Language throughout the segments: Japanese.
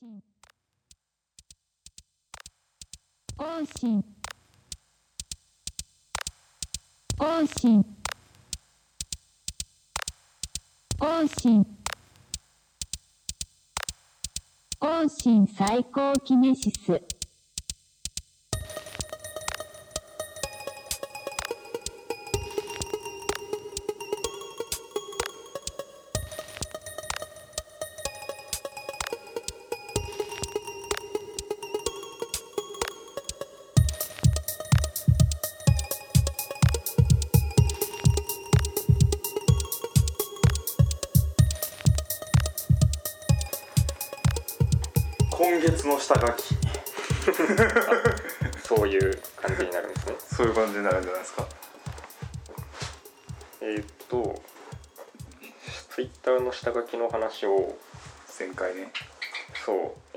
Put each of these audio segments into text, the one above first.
信往信往信往信往信最高キネシス。 今月の下書きそういう感じになるんですね。 そういう感じになるんじゃないですか。 ツイッターの下書きの話を前回ね。 そう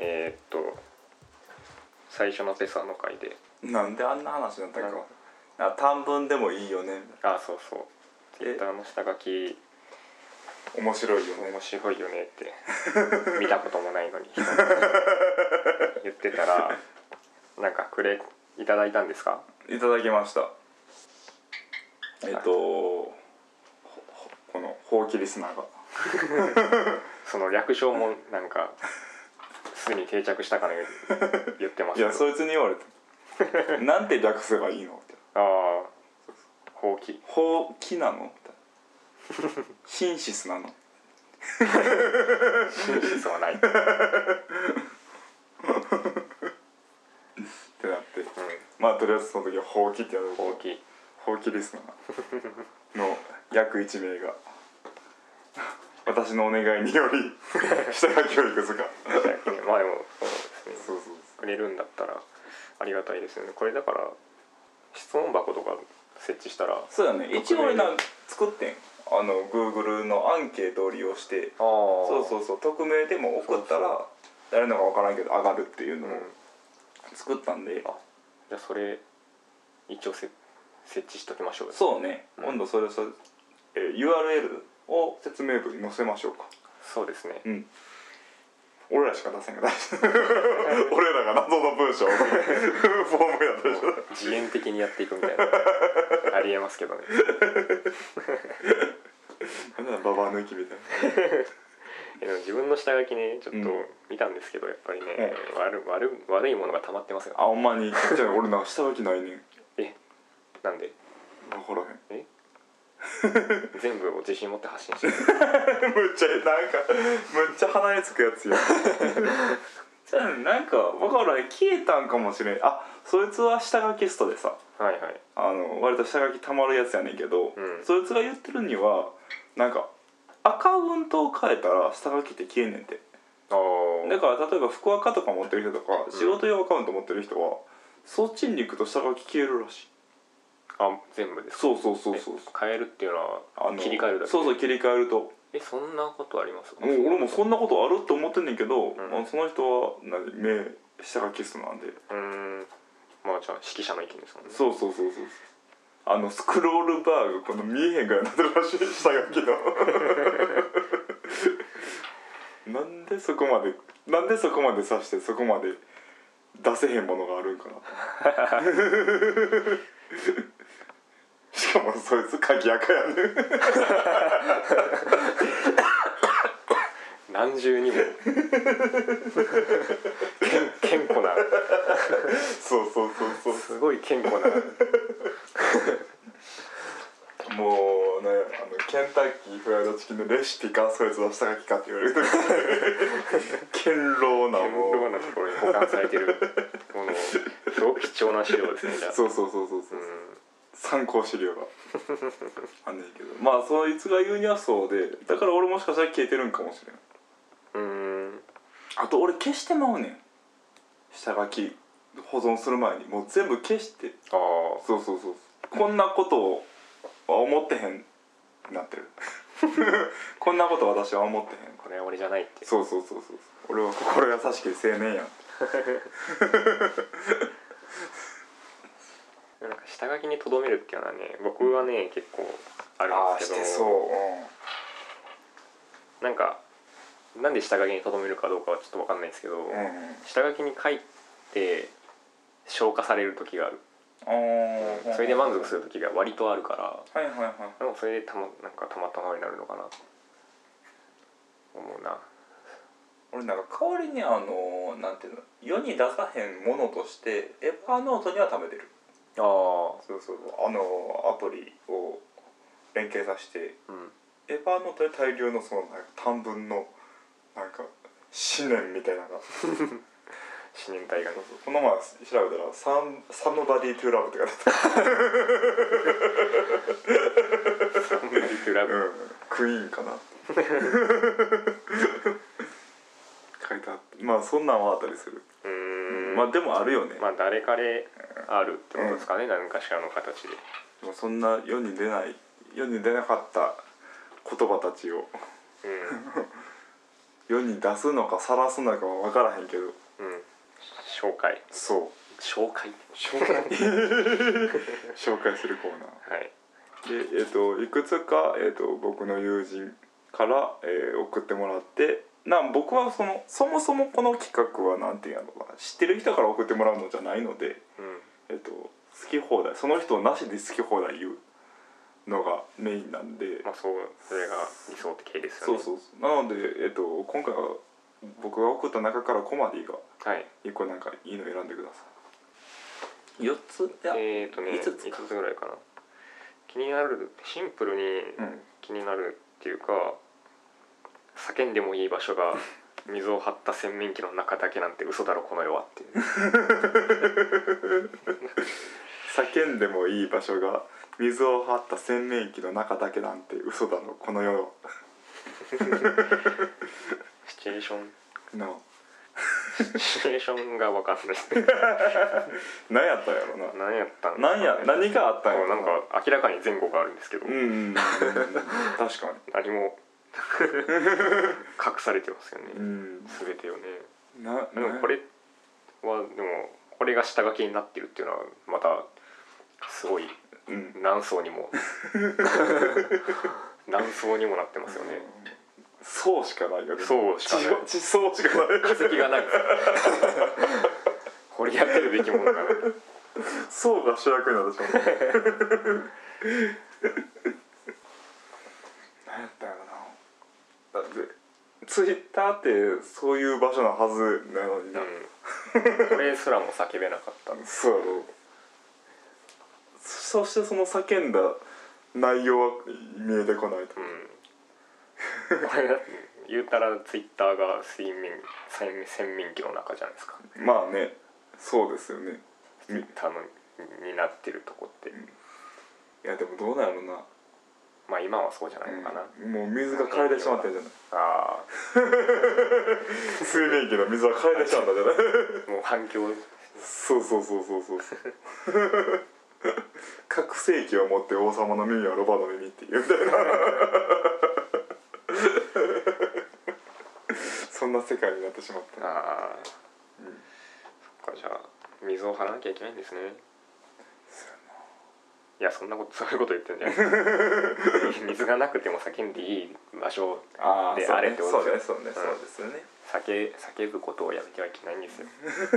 最初のテサの回でなんであんな話になったっけ。短文でもいいよね。 そうツイッターの下書き面白いよね。 面白いよねって見たこともないのに言ってたらなんかいただいたんですか？ いただきました。このほうきリスナーがその略称もなんかすでに定着したかのように言ってますけど。 いやそいつに言われてなんて略せばいいのって。 ほうきほうきなのシンシスなのシンシスはないってなって、まあとりあえずその時はほうきってやる。 ほうきリスナーの約1名が私のお願いにより下書きをいくつかまあでもそうですね。 そうくれるんだったらありがたいですよね。これだから質問箱とか設置したら。 そうだね。一応俺作ってん。Google のアンケートを利用してそう匿名でも送ったら誰のか分からんけど上がるっていうのを作ったんで、 じゃあそれ一応設置しときましょうよ。 そうね、今度それURL を説明文に載せましょうか。 そうですね。 俺らしか出せんが大丈夫俺らが謎の文章をフォームやったでしょ。 自演的にやっていくみたいなありえますけどね。 ババ抜きみたいな自分の下書きねちょっと見たんですけど、やっぱりね、悪いものが溜まってますよ。 ほんまに。じゃあ俺なんか下書きないねん。 なんで？ 分からへん。 全部を自信持って発信してるむっちゃ鼻につくやつやじゃあなんか分からへん。消えたんかもしれん。そいつは下書きストでさ、割と下書きたまるやつやねんけど、そいつが言ってるにはなんかアカウントを変えたら下書きって消えんねんて。だから例えば福岡とか持ってる人とか、仕事用アカウント持ってる人はそっちに行くと下書き消えるらしい。 全部ですか？ そう変えるっていうのは切り替えるだけ？ そう切り替えると。 そんなことあります？ 俺もそんなことあると思ってんねんけど、その人は下書きストなんで。 じゃあ指揮者の意見ですもんね。 そうスクロールバーがこの見えへんぐらいになってるらしい、下書きのなんでそこまで刺してそこまで出せへんものがあるんかなしかもそいつ鍵垢やねん何重にも健康なそうすごい健康なもうね、ケンタッキーフライドチキンのレシピかそいつの下書きかって言われる堅牢なところに保管されてるものすごく貴重な資料ですね。じゃあそう参考資料があんねんけど、まあそいつが言うにはそうで、だから俺もしかしたら消えてるんかもしれん。あと俺消してまうねん、下書き保存する前にもう全部消して。そうこんなことを思ってへんなってるこんなこと私は思ってへん、 これは俺じゃないって。 そう俺は心優しき青年やんなんか下書きに留めるっていうのはね、僕はね結構あるんですけど、 してそう、 なんかなんで下書きに留めるかどうかはちょっと分かんないんですけど、下書きに書いて消化される時がある。それで満足する時が割とあるから、でもそれでたまたまになるのかなと思うな。 俺なんか代わりになんていうの、世に出さへんものとしてエヴァーノートには貯めてる。そうアプリを連携させて、エヴァーノートで大量のそのなんか短文のなんか思念みたいなのが思念体がね。 この前調べたらSomebody to Love って書いてあった Somebody to Love、 クイーンかな書いてあって、まあそんなんはあったりする。まあでもあるよね。 まあ誰かであるってことですかね、何かしらの形で。 でもそんな世に出なかった言葉たちを、世に出すのか晒すのかは分からへんけど、 紹介するコーナー、でいくつか、僕の友人から、送ってもらって、僕はそもそもこの企画はなんていうのかな、知ってる人から送ってもらうのじゃないので、好き放題、その人なしで好き放題言うのがメインなんで、 それが理想的ですよね。 そうなので、今回は僕が送った中からコマディが1個なんかいいの選んでください。4つ 5つぐらいかな。気になる、シンプルに気になるっていうか、叫んでもいい場所が水を張った洗面器の中だけなんて嘘だろこの世はっていう叫んでもいい場所が水を張った洗面器の中だけなんて嘘だろこの世はシチュエーションのシチュエーションが分かんない何やったんやろな。何があったんやろな。 なんか明らかに前後があるんですけど、 確かに何も隠されてますよね、全てをね。でもこれはこれが下書きになってるっていうのはまたすごい何層にも何層にもなってますよね。 そうしかないよね。 そうしかない。 地層しかない。 化石がない。掘り当てるべきものがない。 層が主役になってしまう。何やったんやろな。だってツイッターってそういう場所なはずなのにな、 これすらも叫べなかった。 そうやろ。そしてその叫んだ内容は見えてこないと、 これ言うたらツイッターが洗面器の中じゃないですか。 まあね、そうですよね。 ツイッターのになってるとこって、 いやでもどうなんやろな。 まあ今はそうじゃないのかな、 もう水が枯れてしまってるじゃない。 ああ水面器の水は枯れてしまったじゃない。 もう反響。 そう拡声器を持って王様の耳はロバの耳っていうみたいなそんな世界になってしまった。 そっか、じゃあ水を張らなきゃいけないんですね。いや、そういうこと言ってんじゃん水がなくても叫んでいい場所であれってことですよね。 そうですよね。 叫ぶことをやめてはいけないんですよ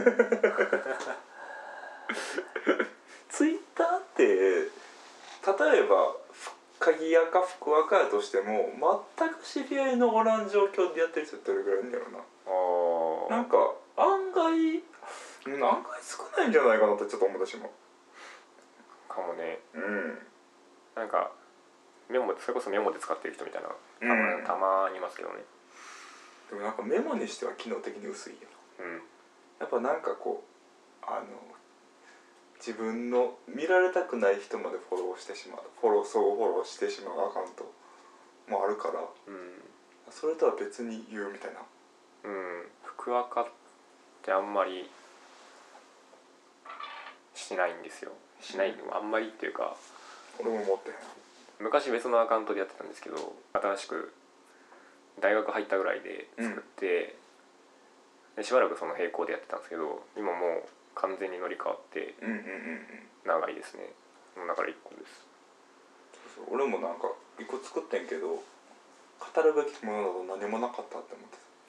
ツイッターって例えば鍵垢か福垢やとしても全く知り合いのおらん状況でやってる人ってどれぐらいいるんだろうな。なんか案外少ないんじゃないかなってちょっと思ってしまうかもね。なんかそれこそメモで使ってる人みたいなたまにいますけどね。 でもなんかメモにしては機能的に薄いよな。やっぱなんかこう自分の見られたくない人までフォローしてしまう相互フォローしてしまうアカウントもあるから、それとは別に言うみたいな。 福垢ってあんまりしないんですよ。あんまりっていうか、 俺も持ってへん。 昔別のアカウントでやってたんですけど、新しく大学入ったぐらいで作って、でしばらくその並行でやってたんですけど、今もう完全に乗り換わって長いですね。だから1個です。 俺もなんか1個作ってんけど、語るべきものなど何もなかったって思ってた。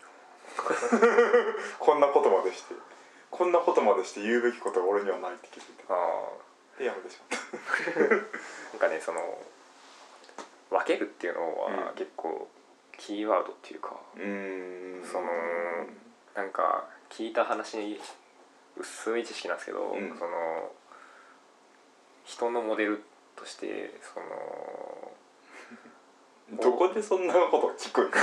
こんなことまでして言うべきことが俺にはないって気づいて、でやめてしまったなんかね、その分けるっていうのは結構キーワードっていうか、そのなんか聞いた話に薄い知識なんですけど、その人のモデルとしてそのどこでそんなこと聞くん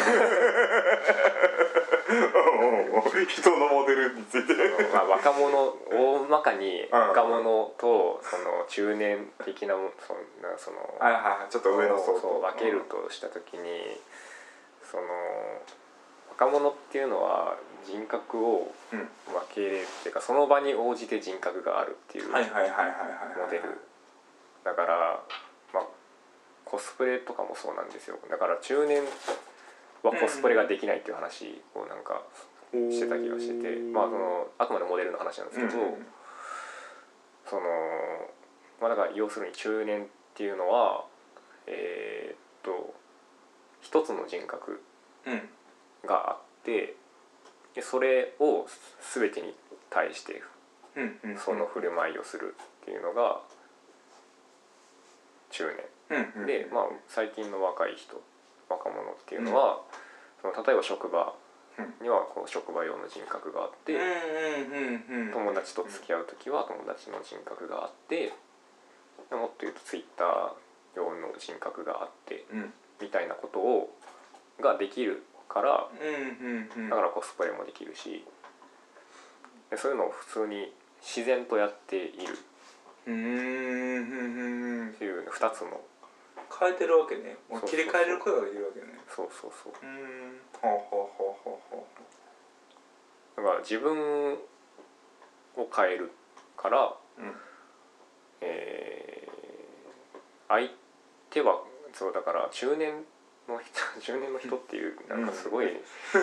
人のモデルについてまあ若者、大まかに若者とその中年的なそのちょっと上の層と分けるとした時に、その若者っていうのは人格を分けれるっていうか、その場に応じて人格があるっていうモデルだから、まあコスプレとかもそうなんですよ。だから中年はコスプレができないっていう話をなんかしてた気がしてて、まあそのあくまでモデルの話なんですけど、そのまあだから要するに中年っていうのは一つの人格があって、でそれを全てに対してその振る舞いをするっていうのが中年で、まあ最近の若者っていうのは、その例えば職場にはこう職場用の人格があって、友達と付き合う時は友達の人格があって、もっと言うとツイッター用の人格があって、みたいなことができるから、だからコスプレもできるし、でそういうのを普通に自然とやっているっていう2つの変えてるわけね。もう切り替えることができるわけね。 そうだから自分を変えるから、相手はそうだから中年の人っていうなんかすごい、危うい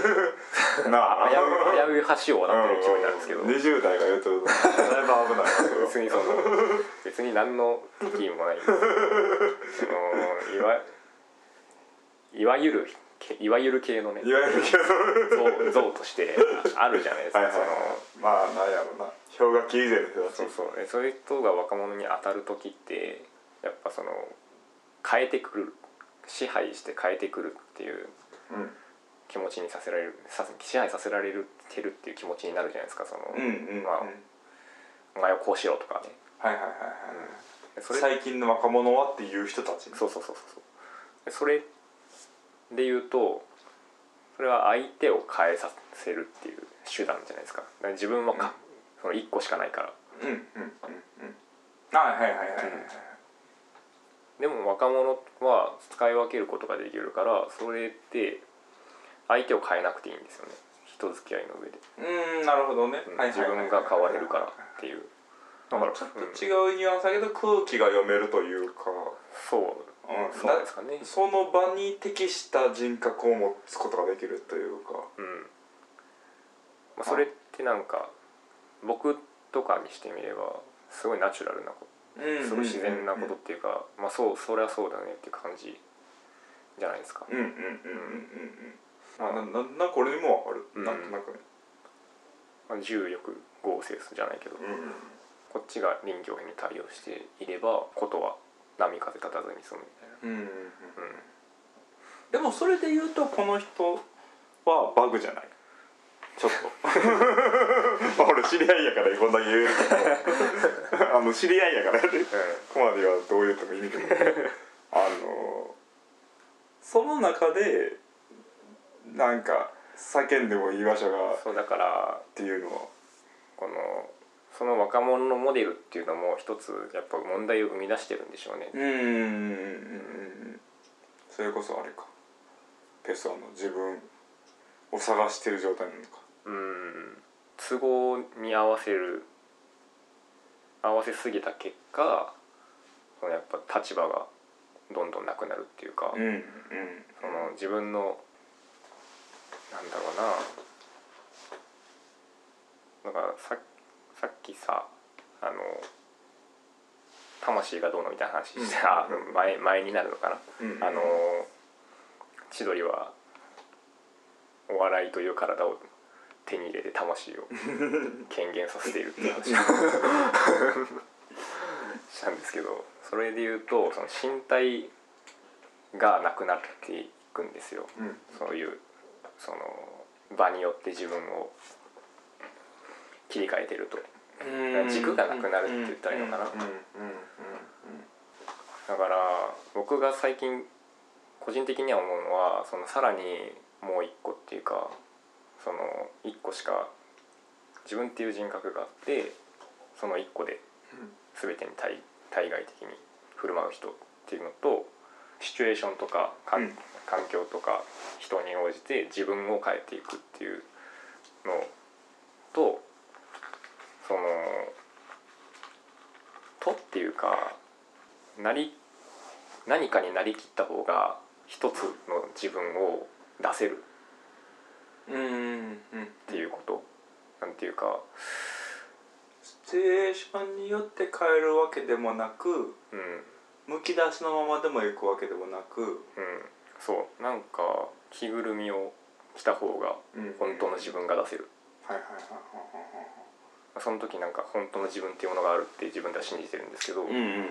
橋を渡ってる気分になるんですけど、 20代が言うとだいぶ危ない別に何の敵意もないんですけどいわゆる系のね、像としてあるじゃないですか。 まあなんやろうな、氷河期以前の人たち、 そういう人が若者に当たる時ってやっぱその変えてくる、支配して変えてくるっていう気持ちに支配させられてるっていう気持ちになるじゃないですか。そのお前をこうしろとかね。 最近の若者はっていう人たち、 そうそれで言うと、それは相手を変えさせるっていう手段じゃないですか。だから自分はその1個しかないから。でも若者は使い分けることができるから、それって相手を変えなくていいんですよね、人付き合いの上で。 なるほどね。 自分が変われるからっていう。 だからちょっと違うニュアンスだけど空気が読めるというか、 そうですかね。 その場に適した人格を持つことができるというか、 それってなんか僕とかにしてみればすごいナチュラルなこと、すごい自然なことっていうか、そりゃそうだねっていう感じじゃないですか。 これにも分かる、なんとなくね。 重力合成じゃないけど、こっちが臨機応変に対応していればことは波風立たずに済むみたいな。 でもそれで言うとこの人はバグじゃない、ちょっと俺知り合いやからこんだけ言えるけど知り合いやからここまではどう言ってもいいけどその中でなんか叫んでもいい場所がそうだからっていうのは、 その若者のモデルっていうのも一つやっぱ問題を生み出してるんでしょうね。 それこそあれか、ペソの自分を探してる状態なのか。 都合に合わせすぎた結果、やっぱ立場がどんどんなくなるっていうか、その自分のなんだろうな、だからさっきさ魂がどうのみたいな話して、前になるのかな、千鳥はお笑いという体を手に入れて魂を権限させているっていう話したんですけど、それで言うとその身体がなくなっていくんですよ、そういうその場によって自分を切り替えてると軸がなくなるって言ったらいいのかな。だから僕が最近個人的には思うのは、そのさらにもう一個っていうか、その一個しか自分っていう人格があって、その一個で全てに対外的に振る舞う人っていうのと、シチュエーションとか環境とか人に応じて自分を変えていくっていうのと、そのとっていうか何かになりきった方が一つの自分を出せるっていうこと、なんていうか、 シチュエーションによって変えるわけでもなく、むき出しのままでもいくわけでもなく、 そうなんか着ぐるみを着た方が本当の自分が出せる。その時なんか本当の自分っていうものがあるって自分では信じてるんですけど、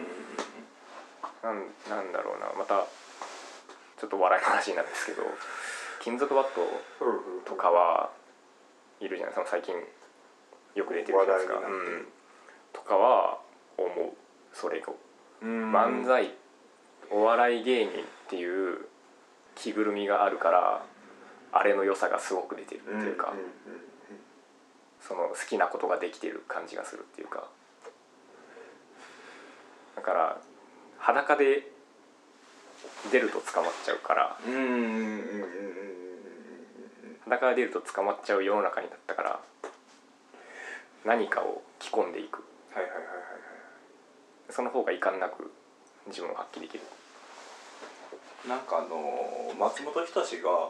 なんだろうな、またちょっと笑いの話になるんですけど、金属バットとかはいるじゃないですか、最近よく出てるじゃないですか、とかは思う。それを漫才お笑い芸人っていう着ぐるみがあるから、あれの良さがすごく出てるっていうか、その好きなことができてる感じがするっていうか、だから裸で出ると捕まっちゃうから、裸が出ると捕まっちゃう世の中になったから、何かを着込んでいく、その方が遺憾なく自分を発揮できる。 なんか松本人志が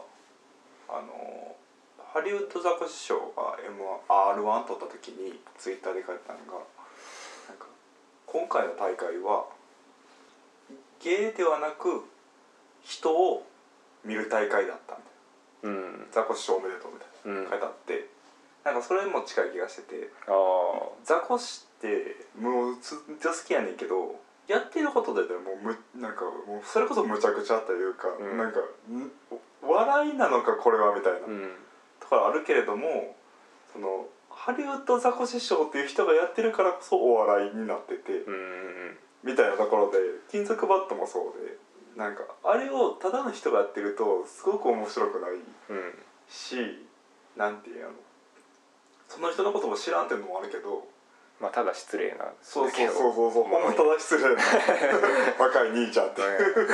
ハリウッドザコシショウが R1 取った時にツイッターで書いたのが、なんか今回の大会は芸ではなく人を見る大会だったみたいな、ザコシショウおめでとうみたいな書いてあって、なんかそれも近い気がしてて、ザコシってもうずっと好きやねんけど、やってることでなんかもうそれこそむちゃくちゃというか、なんか笑いなのかこれはみたいな、ところあるけれども、そのハリウッドザコシショウっていう人がやってるからこそお笑いになってて、みたいなところで、金属バットもそうで、なんかあれをただの人がやってるとすごく面白くないし、なんていうの、その人のことも知らんっていうのもあるけど、 まあただ失礼な、 そうほんまただ失礼な若い兄ちゃんって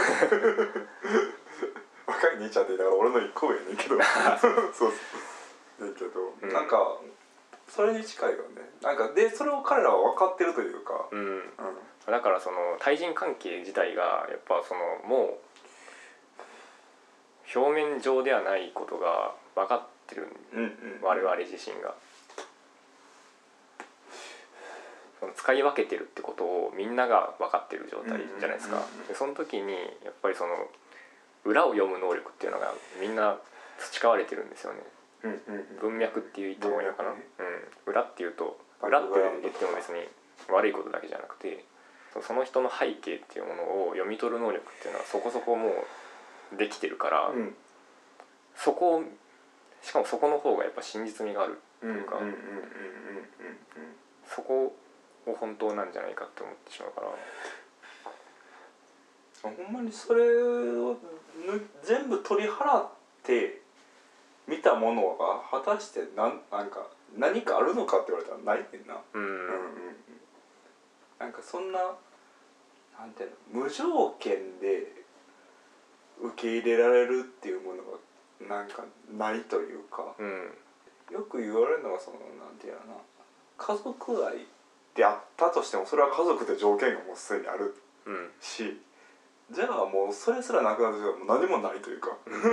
若い兄ちゃんって言いながら俺の一個上やねんけどそうだけど、なんかそれに近いよね。なんかでそれを彼らは分かってるというか、 だからその対人関係自体がやっぱそのもう表面上ではないことが分かってる、我々自身がその使い分けてるってことをみんなが分かってる状態じゃないですか。でその時にやっぱりその裏を読む能力っていうのがみんな培われてるんですよね。文脈って言った方がいいのかな、裏っていうと、裏って言っても別に悪いことだけじゃなくて、その人の背景っていうものを読み取る能力っていうのはそこそこもうできてるから、そこをしかもそこの方がやっぱ真実味があるというか、そこを本当なんじゃないかって思ってしまうから、 ほんまにそれを全部取り払って見たものが果たしてなんか何かあるのかって言われたらないねんな。なんかそんな、なんていうの、無条件で受け入れられるっていうものがなんかないというか、よく言われるのがそのなんていうのな、家族愛であったとしてもそれは家族って条件がもうすでにあるし、じゃあもうそれすらなくなっても何もないというか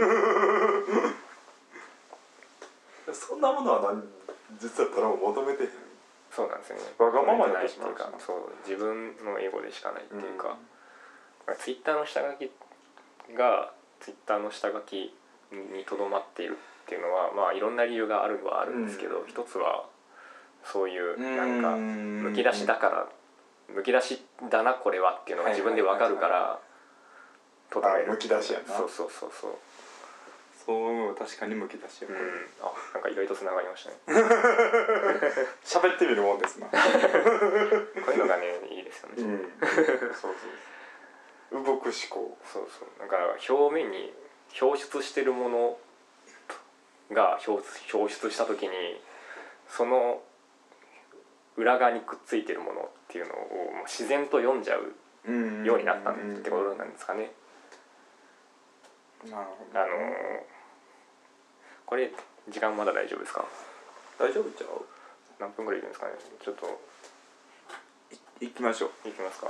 そんなものは実は誰も求めてへん。 そうなんですよね。 わがままになってしまうっていうか、そう自分のエゴでしかないっていうか、ツイッターの下書きがツイッターの下書きにとどまっているっっていうのはまあいろんな理由があるはあるんですけど、一つはそういうなんかむき出しだからむき出しだなこれはっていうのが自分で分かるから整える。むき出しやな。 そうそう確かにむき出しや。 あ、なんか意外とつながりましたね。 喋ってみるもんですな。こういうのがねいいですよね。 そう動く思考。 だから表面に表出してるものが表出した時にその裏側にくっついてるものっていうのを自然と読んじゃうようになったってことなんですかね。 なるほど。 これ時間まだ大丈夫ですか？ 大丈夫ちゃう？ 何分ぐらいいるんですかね。ちょっと行きましょう。 行きますか。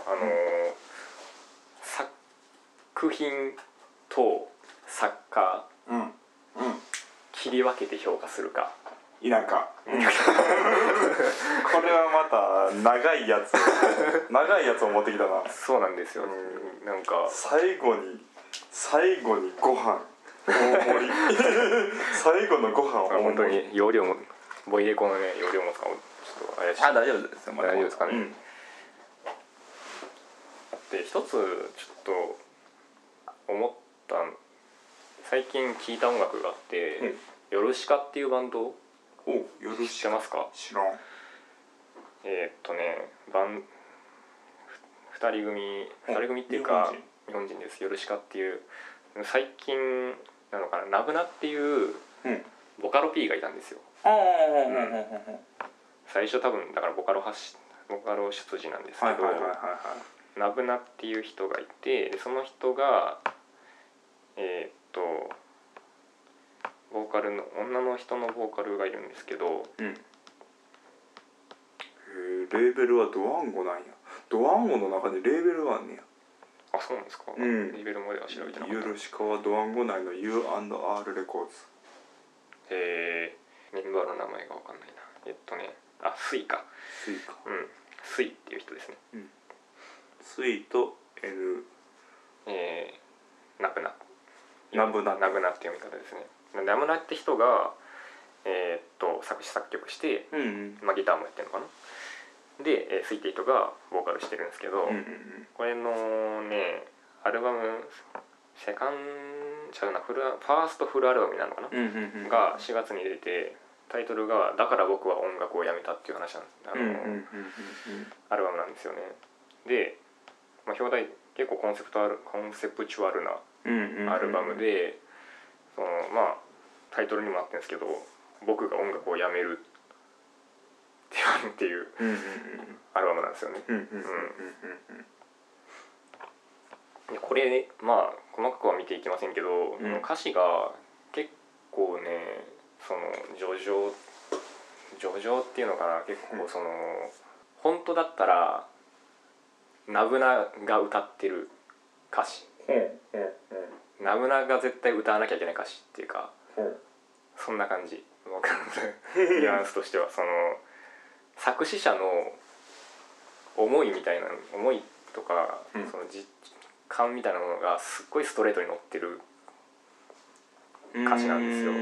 作品と作家、切り分けて評価するか否か。これはまた長いやつを持ってきたな。 そうなんですよ。なんか最後にご飯大盛り最後のご飯を本当に容量もボイレコのね容量もちょっと怪しい。 大丈夫ですよ。 大丈夫ですかね。で一つちょっと思った最近聴いた音楽があって、ヨルシカっていうバンド知ってますか？ 知らん。 2人組っていうか日本人です。ヨルシカっていう最近なのかな、ナブナっていうボカロ P がいたんですよ。最初多分だからボカロ出自なんですけど、ナブナっていう人がいて、でその人がボーカルの女の人のボーカルがいるんですけど、 レーベルはドワンゴなんや。ドワンゴの中にレーベルがあんねや。 あ、そうなんですか。レーベルまでは調べてなかった。 ヨルシカはドワンゴ内の U&R レコーズ。 メンバーの名前が分かんないな。スイか。スイっていう人ですね。 スイと N ナブナっていう読み方ですね。ナブナって人が作詞作曲して、ギターもやってるのかな。でスイって人がボーカルしてるんですけど、これのねアルバムファーストフルアルバムになるのかな、が4月に出て、タイトルが「だから僕は音楽をやめた」っていう話なんアルバムなんですよね。で、表題結構コンセプチュアルなアルバムで、タイトルにもあってるんですけど、僕が音楽をやめるっていうアルバムなんですよね。これ細かくは見ていきませんけど、歌詞が結構ね、その叙情っていうのかな、結構その本当だったらナブナが歌ってる歌詞、ナブナが絶対歌わなきゃいけない歌詞っていうか、そんな感じ。ニュアンスとしてはその作詞者の思いみたいな思いとか、その実感みたいなものがすっごいストレートに乗ってる歌詞なんですよ。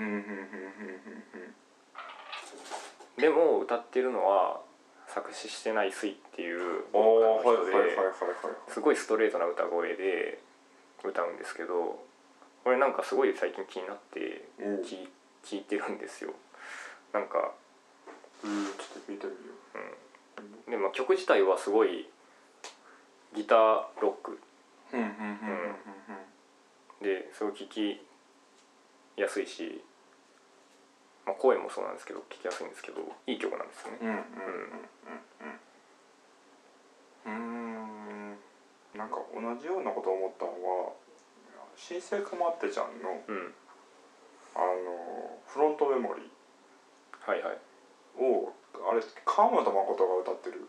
でも歌ってるのは作詞してないスイっていうボーカルの人で、すごいストレートな歌声で歌うんですけど、これなんかすごい最近気になって聴いてるんですよ。なんかちょっと聞いてみよう。で曲自体はすごいギターロックですごい聴きやすいし、声もそうなんですけど聴きやすいんですけど、いい曲なんですよね。 なんか同じようなことを思ったのは、新生かまってちゃんの、フロントメモリーをあれ川本誠が歌ってる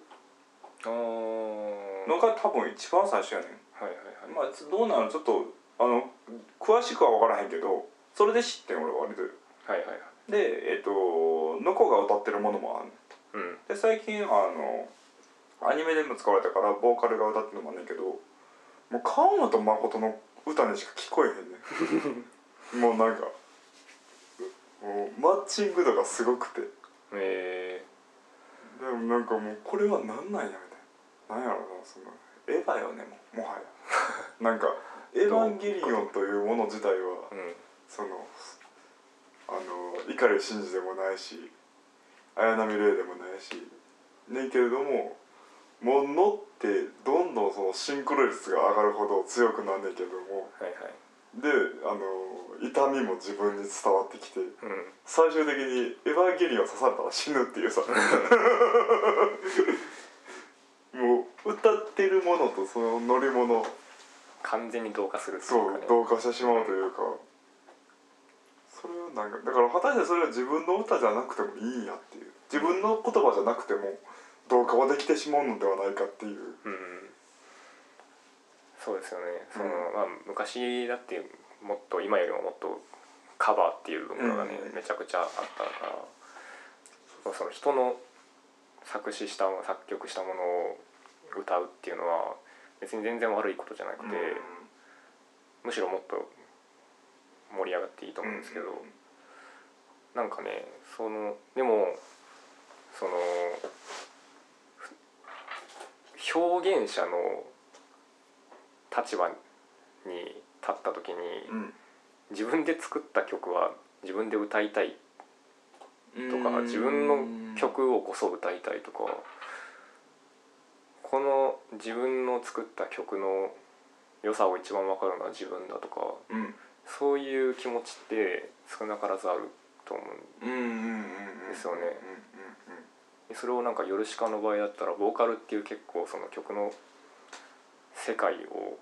のが多分一番最初やねん。どうなのちょっと詳しくは分からへんけど、それで知ってん俺は割と。でのこが歌ってるものもある、で最近アニメでも使われたからボーカルが歌ってるのもあんねんけど、もう川本誠の歌にしか聞こえへんねんもうなんかもうマッチング度がすごくてでもなんかもうこれはなんなんやみたいな、なんやろな、そのエヴァよね、もはやなんかエヴァンゲリオンというもの自体は、その碇シンジでもないし綾波レイでもないしねんけれども、もう乗ってどんどんそのシンクロ率が上がるほど強くなんねんけれども、で痛みも自分に伝わってきて、最終的にエヴァンゲリオン刺されたら死ぬっていうさもう歌ってるものとその乗り物完全に同化するっていうか、ね、そう同化してしまうというか、それをなんかだから果たしてそれは自分の歌じゃなくてもいいんやっていう、自分の言葉じゃなくても同化はできてしまうのではないかっていう、 そうですよね。まあ、昔だってもっと今よりももっとカバーっていう文化がね、めちゃくちゃあったから、その人の作曲したものを歌うっていうのは別に全然悪いことじゃなくて、むしろもっと盛り上がっていいと思うんですけど、なんかね、でもその表現者の立場に立った時に、自分で作った曲は自分で歌いたいとか、自分の曲をこそ歌いたいとか、この自分の作った曲の良さを一番分かるのは自分だとか、そういう気持ちって少なからずあると思うんですよね。それをなんかヨルシカの場合だったらボーカルっていう結構その曲の世界を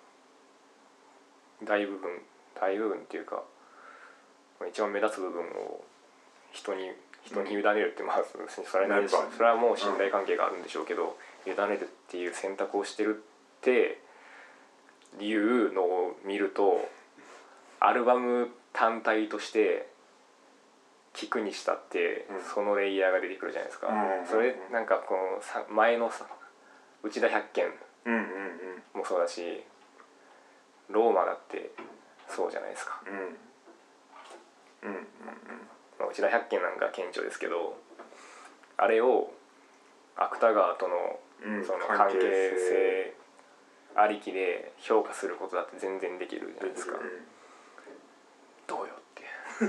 大部分っていうか一番目立つ部分を人に委ねるって、まあそれはもう信頼関係があるんでしょうけど、委ねるっていう選択をしてるっていうのを見ると、アルバム単体として聴くにしたってそのレイヤーが出てくるじゃないですか。それなんかこの前のさ内田百軒もそうだし、ローマだってそうじゃないですか。内田百軒なんか顕著ですけど、あれを芥川とのその関係性ありきで評価することだって全然できるじゃないですか。どうよって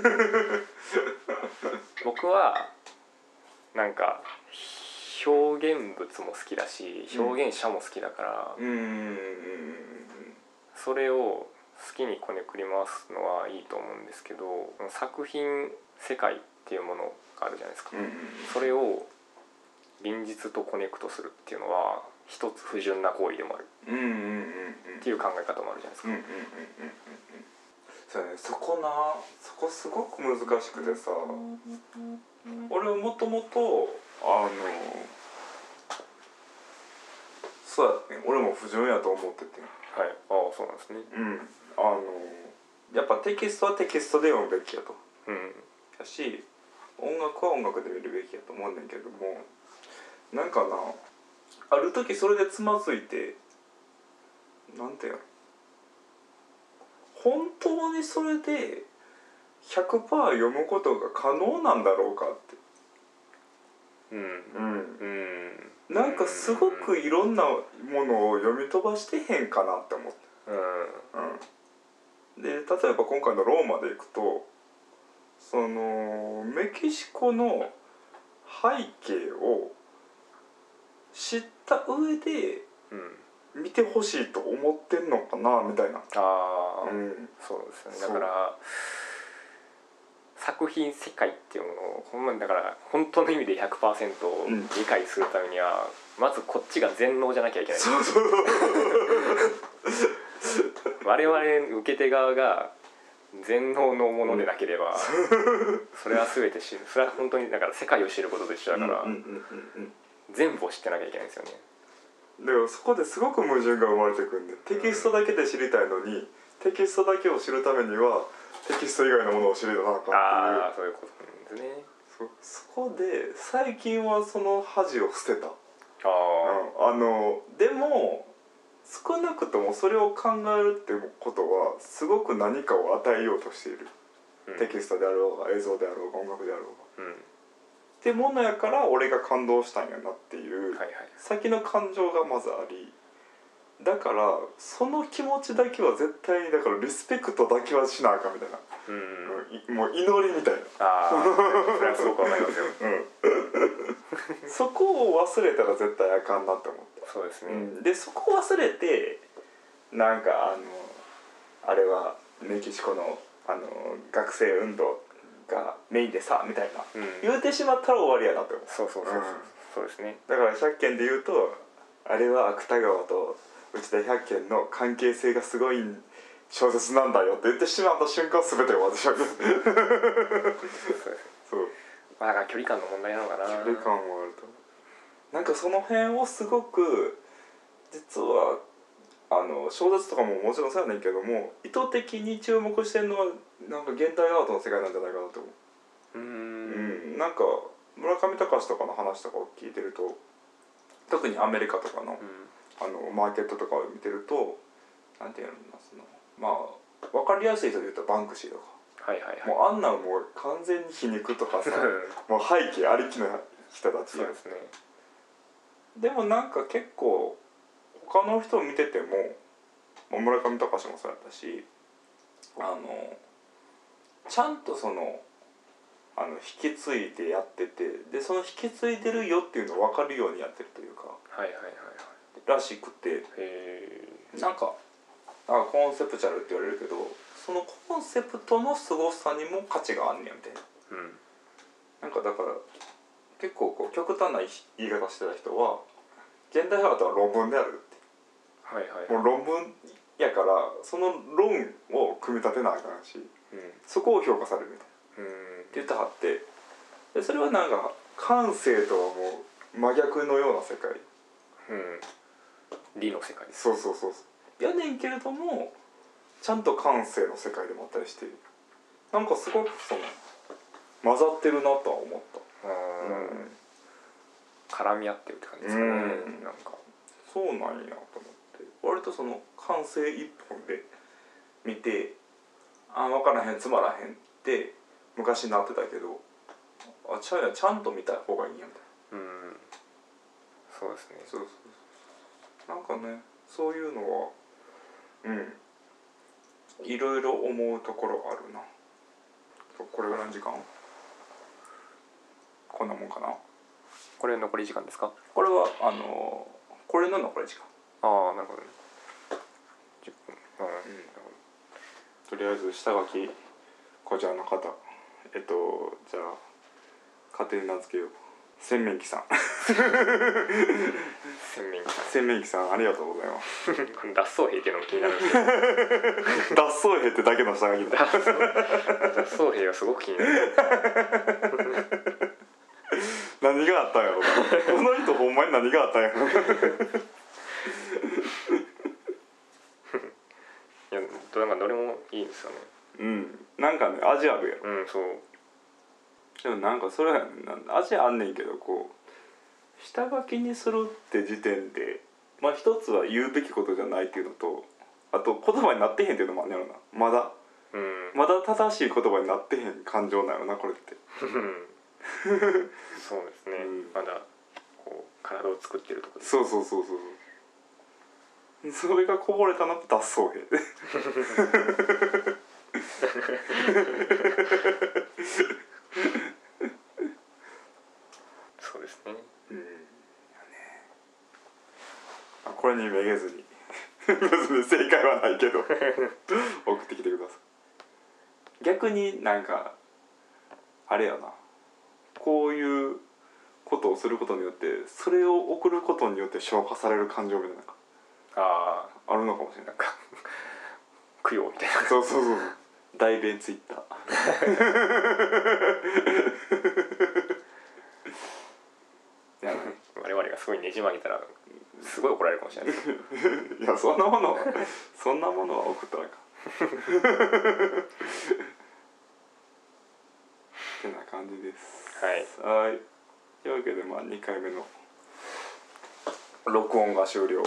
僕はなんか表現物も好きだし表現者も好きだから、それを好きにこねくり回すのはいいと思うんですけど、作品世界っていうものがあるじゃないですか。それを現実とコネクトするっていうのは一つ不純な行為でもあるっていう考え方もあるじゃないですか。 そうね、そこすごく難しくてさ、俺はもともとそうやって、俺も不純やと思ってて、 はい、そうなんですね。 やっぱテキストはテキストで読むべきやと、やし音楽は音楽で見るべきやと思うんだけども、なんかな、ある時それでつまずいて、なんていうの、本当にそれで 100% 読むことが可能なんだろうかって、なんかすごくいろんなものを読み飛ばしてへんかなって思って、で例えば今回のローマでいくと、そのメキシコの背景を知った上で見てほしいと思ってんのかなみたいな。 そうですよね。だから作品世界っていうものをほんまにだから本当の意味で 100% 理解するためには、まずこっちが全能じゃなきゃいけない。我々受け手側が全能のものでなければ、それは全て知る。それは本当にだから世界を知ることと一緒だから、全部を知ってなきゃいけないんですよね。 でもそこですごく矛盾が生まれてくるんで、テキストだけで知りたいのに、テキストだけを知るためにはテキスト以外のものを知りたかったっていう。 そういうことなんですね。 そこで最近はその恥を捨てた。でも少なくともそれを考えるってことはすごく何かを与えようとしている。 テキストであろうが映像であろうが音楽であろうが、ってものやから俺が感動したんやなっていう、先の感情がまずあり、だからその気持ちだけは絶対にだからリスペクトだけはしなあかんみたいな、もう祈りみたいな。 それはすごくわかりますよ。 そこを忘れたら絶対あかんなって思って。 そうですね。 でそこを忘れてなんかあれはメキシコの学生運動がメインでさみたいな、言うてしまったら終わりやなって思う。 そうですね。 だから100件で言うとあれは芥川と内田百軒の関係性がすごい小説なんだよって言ってしまった瞬間全て終わってしまう。そう。 だから距離感の問題なのかな。 距離感もあると。なんかその辺をすごく実は小説とかももちろんそうやねんけども意図的に注目してるのはなんか現代アートの世界なんじゃないかなと思う。なんか村上隆とかの話とかを聞いてると特にアメリカとかの、マーケットとかを見てるとなんていうのまあ分かりやすい人で言うとバンクシーとか、もうあんなんもう完全に皮肉とかさもう背景ありきの人たちや。 そうですね。 でもなんか結構他の人を見てても村上隆もそうやったしちゃんと引き継いでやっててでその引き継いでるよっていうのを分かるようにやってるというからしくて、なんかコンセプチャルって言われるけどそのコンセプトのすごさにも価値があんねやみたいな、なんかだから結構こう極端な言い方してた人は現代アートは論文であるって、もう論文やからその論を組み立てなあかんし、そこを評価されるみたいな、って言ってはってでそれはなんか感性とはもう真逆のような世界、 理の世界です。 そうやねんけれどもちゃんと感性の世界でもあったりしてなんかすごく混ざってるなとは思った。 絡み合ってるって感じですかね。なんかそうなんやと思って割と感性一本で見て分からへんつまらへんって昔なってたけどちゃんと見た方がいいんやみたいな。 そうですね。 なんかねそういうのはいろいろ思うところあるな。これぐらいの時間こんなもんかな。 これ残り時間ですか？ これはこれの残り時間。 なるほどね。10分。 とりあえず下書きこちらの方じゃあ勝手に名付けよう。洗面器さん洗面器さんありがとうございます脱走兵っていうのも気になるんですけど脱走兵ってだけの下書きだ脱走兵はすごく気になる何があったんやろこの人ほんまに何があったんやろいやなんかどれもいいですよね。 なんかね味あるやろ。 そうでもなんかそれは味あんねんけどこう下書きにするって時点で一つは言うべきことじゃないっていうのとあと言葉になってへんっていうのもあるんやろな。まだ正しい言葉になってへん感情なんやろなこれってそうですね、まだこう体を作ってるところです。 そうそれがこぼれたのって脱走兵そうですね。 これにめげずに別に正解はないけど送ってきてください。逆になんかあれやなこういうことをすることによってそれを送ることによって消化される感情みたいなあるのかもしれない供養みたいな。 そう代弁ツイッター我々がすごいねじ曲げたらすごい怒られるかもしれないいやそんなものは送ったらあかんってな感じです。はいというわけで2回目の録音が終了。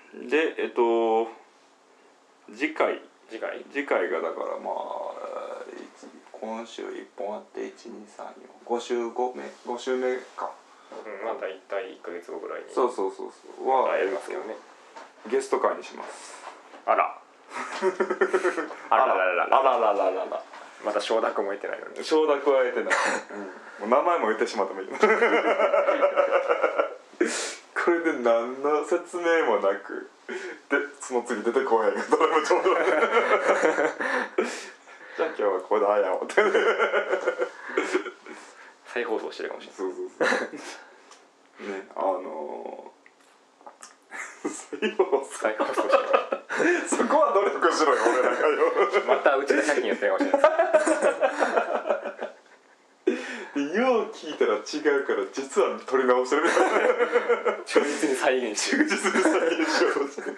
で次回がだから今週1本あって12345週5週目か、 また大体1ヶ月後ぐらいにそうはやりますけどね、 ゲスト会にします。 あらあららららまた承諾も得てないのに。 承諾は得てない、もう名前も言ってしまってもいいこれで何の説明もなくでその次出てこへんどれもちょうどじゃあ今日はこれであやおって再放送してるかもしれない。 そうね再放送してるそこは努力しろよ俺なんかよまたうちで100均やってるかもしれないでよう聞いたら違うから実は撮り直してるみたいな忠実に再現しようとして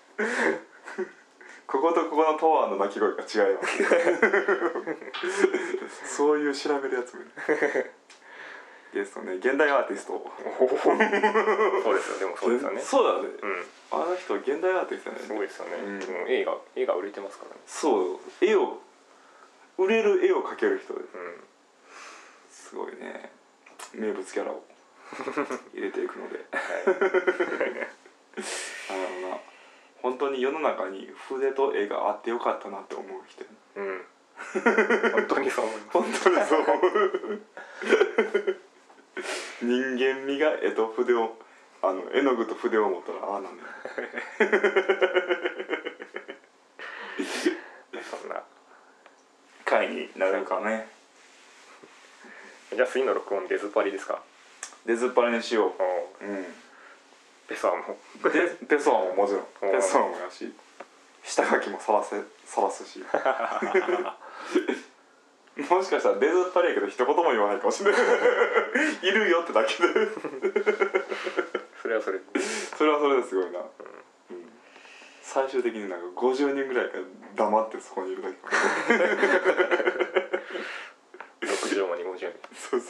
こことここのパワーの鳴き声が違いますそういう調べるやつもゲストね、現代アーティストそうですよ、でもそうですよね。 そうだね、あの人現代アーティストだね。 すごいですよね、映画売れてますからね。 そう、売れる絵を描ける人です、すごいね。名物キャラを入れていくので本当に世の中に筆と絵があってよかったなって思う人、 本当にそう思います。 本当にそう思う人間味が絵と筆を絵の具と筆を持ったらああなんだよそんな回になるかね。 じゃあ次の録音デズパリですか。 デズパリにしよう。 ペソアもペソアももちろんペソアもやし下書きもさらすしもしかしたらデズパリやけど一言も言わないかもしれないいるよってだけでそれはそれですごいな、最終的になんか50人ぐらいが黙ってそこにいるだけ 6畳間に50人そう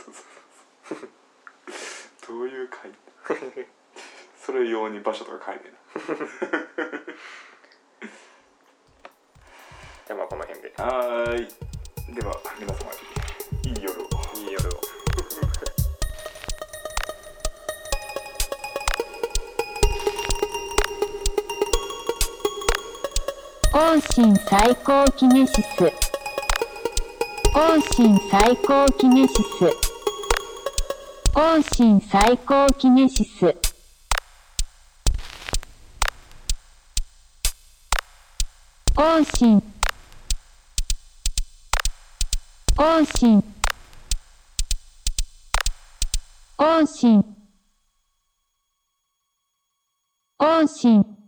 どういう会それ用に場所とか書いてなじゃあまあこの辺ででは皆様いい夜を。 往診最高キネシス往診最高キネシス往診最高キネシス往診往診往診往診